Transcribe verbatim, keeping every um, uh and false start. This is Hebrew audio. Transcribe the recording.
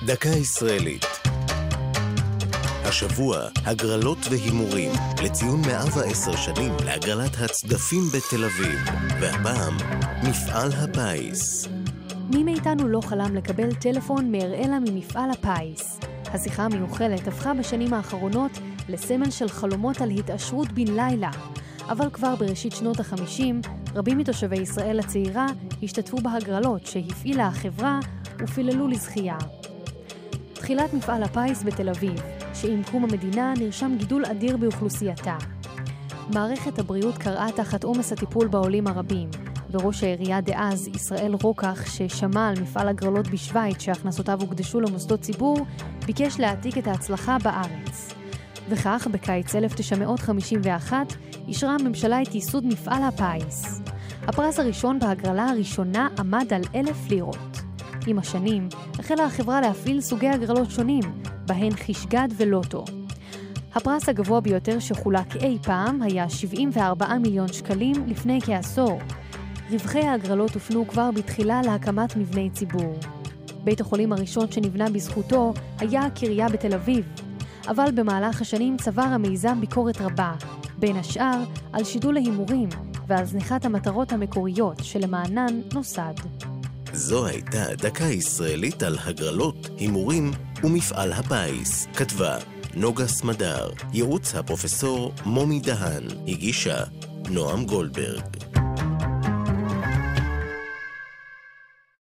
דקה ישראלית. השבוע, הגרלות והימורים, לציון מאה ועשר שנים להגרלת הצדפים בתל אביב, והפעם, מפעל הפיס. מי מאיתנו לא חלם לקבל טלפון מאראלה ממפעל הפיס? השיחה המיוחלת הפכה בשנים האחרונות לסמל של חלומות על התעשרות בן לילה. אבל כבר בראשית שנות החמישים, רבים מתושבי ישראל הצעירה השתתפו בהגרלות שהפעילה החברה ופיללו לזכייה. תחילת מפעל הפיס בתל אביב, שעם קום המדינה נרשם גידול אדיר באוכלוסייתה. מערכת הבריאות קראה תחת עומס הטיפול בעולים הרבים, וראש העירייה דאז, ישראל רוקח, ששמע על מפעל הגרלות בשוויץ שהכנסותיו הוקדשו למוסדות ציבור, ביקש להעתיק את ההצלחה בארץ. וכך, בקיץ אלף תשע מאות חמישים ואחת, אישרה הממשלה את ייסוד מפעל הפיס. הפרס הראשון בהגרלה הראשונה עמד על אלף לירות. עם השנים, החלה החברה להפעיל סוגי הגרלות שונים, בהן חישגד ולוטו. הפרס הגבוה ביותר שחולק אי פעם היה שבעים וארבעה מיליון שקלים לפני כעשור. רווחי ההגרלות הופנו כבר בתחילה להקמת מבני ציבור. בית החולים הראשון שנבנה בזכותו היה הקריה בתל אביב, אבל במהלך השנים צבר המיזם ביקורת רבה, בין השאר על שידול ההימורים ועל זניחת המטרות המקוריות שלמענן נוסד. זו הייתה דקה ישראלית על הגרלות, הימורים ומפעל הפיס. כתבה נוגה סמדר, ייעוץ הפרופסור מומי דהן, הגישה נועם גולדברג.